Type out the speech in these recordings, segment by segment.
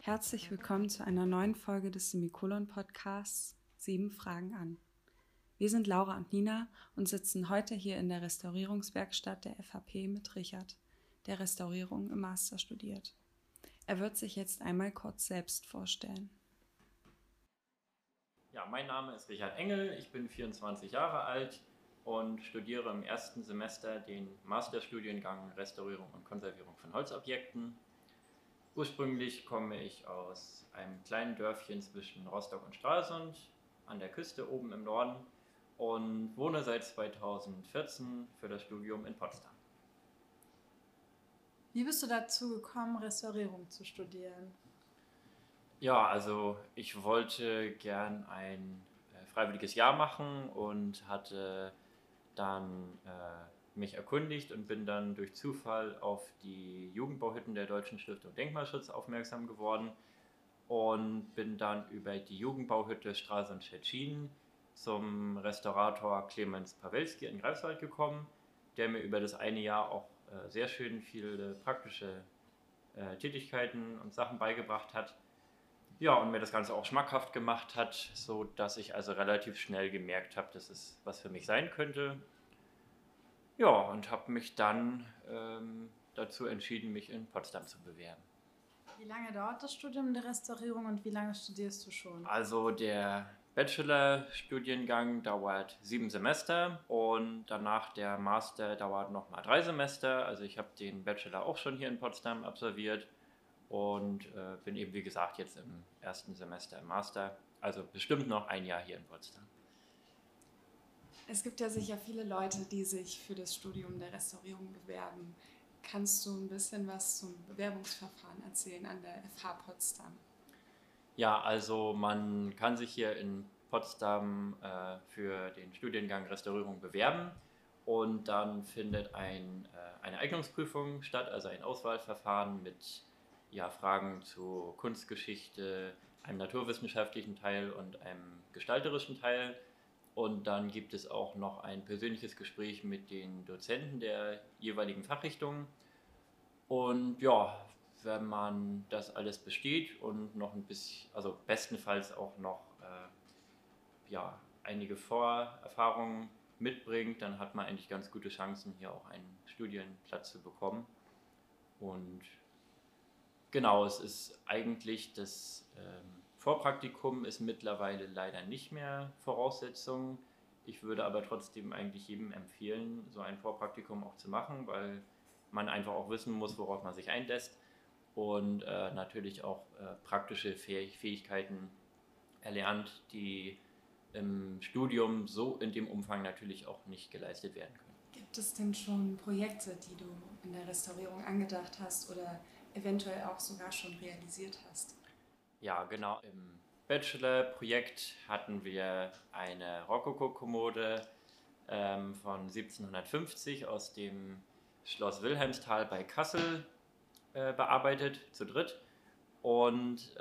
Herzlich willkommen zu einer neuen Folge des Semikolon-Podcasts 7 Fragen an. Wir sind Laura und Nina und sitzen heute hier in der Restaurierungswerkstatt der FHP mit Richard, der Restaurierung im Master studiert. Er wird sich jetzt einmal kurz selbst vorstellen. Ja, mein Name ist Richard Engel, ich bin 24 Jahre alt und studiere im ersten Semester den Masterstudiengang Restaurierung und Konservierung von Holzobjekten. Ursprünglich komme ich aus einem kleinen Dörfchen zwischen Rostock und Stralsund an der Küste oben im Norden und wohne seit 2014 für das Studium in Potsdam. Wie bist du dazu gekommen, Restaurierung zu studieren? Ja, also ich wollte gern ein freiwilliges Jahr machen und hatte dann mich erkundigt und bin dann durch Zufall auf die Jugendbauhütten der Deutschen Stiftung Denkmalschutz aufmerksam geworden und bin dann über die Jugendbauhütte Stralsund-Szczecin zum Restaurator Clemens Pawelski in Greifswald gekommen, der mir über das eine Jahr auch sehr schön viele praktische Tätigkeiten und Sachen beigebracht hat. Ja, und mir das Ganze auch schmackhaft gemacht hat, so dass ich also relativ schnell gemerkt habe, dass es was für mich sein könnte. Ja, und habe mich dann dazu entschieden, mich in Potsdam zu bewerben. Wie lange dauert das Studium der Restaurierung und wie lange studierst du schon? Also der Bachelor-Studiengang dauert 7 Semester und danach der Master dauert nochmal 3 Semester. Also ich habe den Bachelor auch schon hier in Potsdam absolviert und bin eben, wie gesagt, jetzt im ersten Semester im Master. Also bestimmt noch ein Jahr hier in Potsdam. Es gibt ja sicher viele Leute, die sich für das Studium der Restaurierung bewerben. Kannst du ein bisschen was zum Bewerbungsverfahren erzählen an der FH Potsdam? Ja, also man kann sich hier in Potsdam für den Studiengang Restaurierung bewerben und dann findet eine Eignungsprüfung statt, also ein Auswahlverfahren mit Fragen zu Kunstgeschichte, einem naturwissenschaftlichen Teil und einem gestalterischen Teil. Und dann gibt es auch noch ein persönliches Gespräch mit den Dozenten der jeweiligen Fachrichtungen. Und ja, wenn man das alles besteht und noch ein bisschen, also bestenfalls auch noch einige Vorerfahrungen mitbringt, dann hat man eigentlich ganz gute Chancen, hier auch einen Studienplatz zu bekommen. Und genau, es ist eigentlich das Vorpraktikum ist mittlerweile leider nicht mehr Voraussetzung. Ich würde aber trotzdem eigentlich jedem empfehlen, so ein Vorpraktikum auch zu machen, weil man einfach auch wissen muss, worauf man sich einlässt und natürlich auch praktische Fähigkeiten erlernt, die im Studium so in dem Umfang natürlich auch nicht geleistet werden können. Gibt es denn schon Projekte, die du in der Restaurierung angedacht hast oder eventuell auch sogar schon realisiert hast? Ja, genau. Im Bachelor-Projekt hatten wir eine Rokoko-Kommode von 1750 aus dem Schloss Wilhelmsthal bei Kassel bearbeitet, zu dritt. Und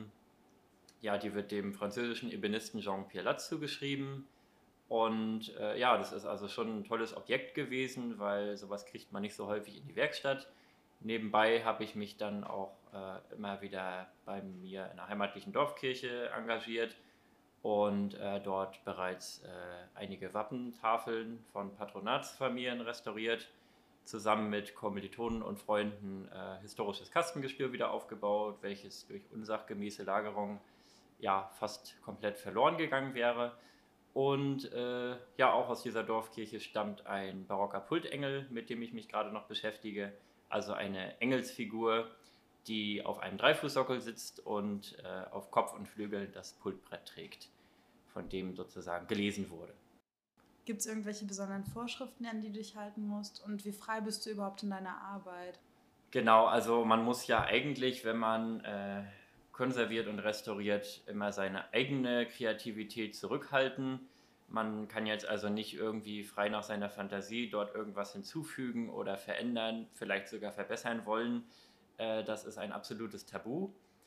die wird dem französischen Ebenisten Jean-Pierre Latz zugeschrieben. Und das ist also schon ein tolles Objekt gewesen, weil sowas kriegt man nicht so häufig in die Werkstatt. Nebenbei habe ich mich dann auch immer wieder bei mir in der heimatlichen Dorfkirche engagiert und dort bereits einige Wappentafeln von Patronatsfamilien restauriert, zusammen mit Kommilitonen und Freunden historisches Kastengestür wieder aufgebaut, welches durch unsachgemäße Lagerung fast komplett verloren gegangen wäre. Und auch aus dieser Dorfkirche stammt ein barocker Pultengel, mit dem ich mich gerade noch beschäftige. Also eine Engelsfigur, die auf einem Dreifußsockel sitzt und auf Kopf und Flügeln das Pultbrett trägt, von dem sozusagen gelesen wurde. Gibt es irgendwelche besonderen Vorschriften, an die du dich halten musst? Und wie frei bist du überhaupt in deiner Arbeit? Genau, also man muss ja eigentlich, wenn man konserviert und restauriert, immer seine eigene Kreativität zurückhalten. Man kann jetzt also nicht irgendwie frei nach seiner Fantasie dort irgendwas hinzufügen oder verändern, vielleicht sogar verbessern wollen. Das ist ein absolutes Tabu.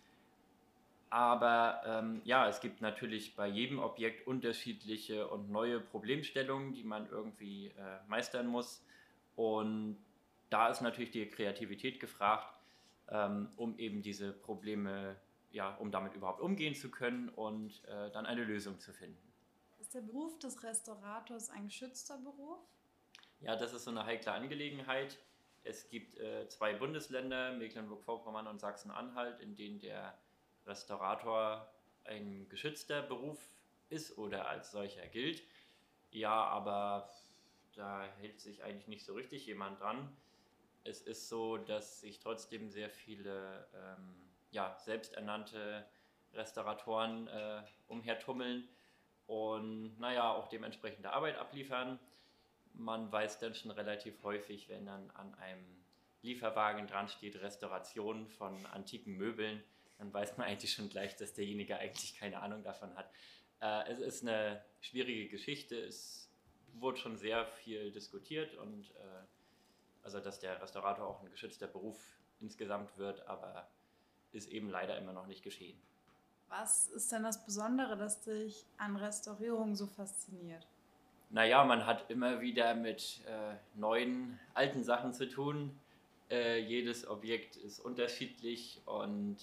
Aber es gibt natürlich bei jedem Objekt unterschiedliche und neue Problemstellungen, die man irgendwie meistern muss. Und da ist natürlich die Kreativität gefragt. um eben diese Probleme, ja, um damit überhaupt umgehen zu können und dann eine Lösung zu finden. Ist der Beruf des Restaurators ein geschützter Beruf? Ja, das ist so eine heikle Angelegenheit. Es gibt 2 Bundesländer, Mecklenburg-Vorpommern und Sachsen-Anhalt, in denen der Restaurator ein geschützter Beruf ist oder als solcher gilt. Ja, aber da hält sich eigentlich nicht so richtig jemand dran. Es ist so, dass sich trotzdem sehr viele ja, selbsternannte Restauratoren umhertummeln und naja, auch dementsprechende Arbeit abliefern. Man weiß dann schon relativ häufig, wenn dann an einem Lieferwagen dran steht, Restauration von antiken Möbeln, dann weiß man eigentlich schon gleich, dass derjenige eigentlich keine Ahnung davon hat. Es ist eine schwierige Geschichte, es wurde schon sehr viel diskutiert und also dass der Restaurator auch ein geschützter Beruf insgesamt wird, aber ist eben leider immer noch nicht geschehen. Was ist denn das Besondere, das dich an Restaurierung so fasziniert? Naja, man hat immer wieder mit neuen, alten Sachen zu tun. Jedes Objekt ist unterschiedlich und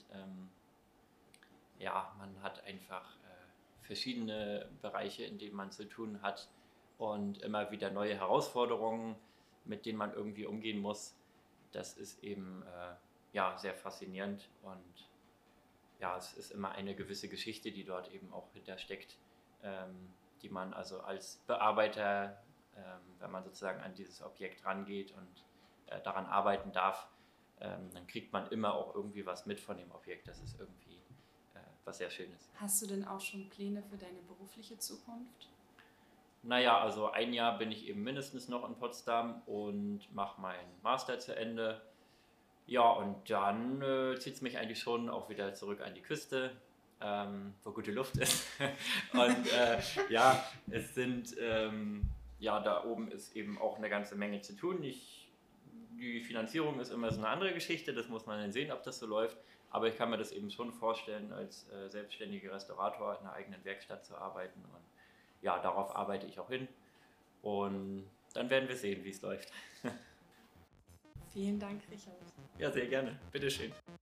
ja, man hat einfach verschiedene Bereiche, in denen man zu tun hat und immer wieder neue Herausforderungen, mit denen man irgendwie umgehen muss. Das ist eben ja, sehr faszinierend und ja, es ist immer eine gewisse Geschichte, die dort eben auch hintersteckt, die man also als Bearbeiter, wenn man sozusagen an dieses Objekt rangeht und daran arbeiten darf, dann kriegt man immer auch irgendwie was mit von dem Objekt. Das ist irgendwie was sehr Schönes. Hast du denn auch schon Pläne für deine berufliche Zukunft? Naja, also ein Jahr bin ich eben mindestens noch in Potsdam und mache meinen Master zu Ende. Ja, und dann zieht es mich eigentlich schon auch wieder zurück an die Küste, wo gute Luft ist. Und ja, es sind, ja, da oben ist eben auch eine ganze Menge zu tun. Die Finanzierung ist immer so eine andere Geschichte, das muss man dann sehen, ob das so läuft. Aber ich kann mir das eben schon vorstellen, als selbstständiger Restaurator in einer eigenen Werkstatt zu arbeiten. Und ja, darauf arbeite ich auch hin. Und dann werden wir sehen, wie es läuft. Vielen Dank, Richard. Ja, sehr gerne. Bitteschön.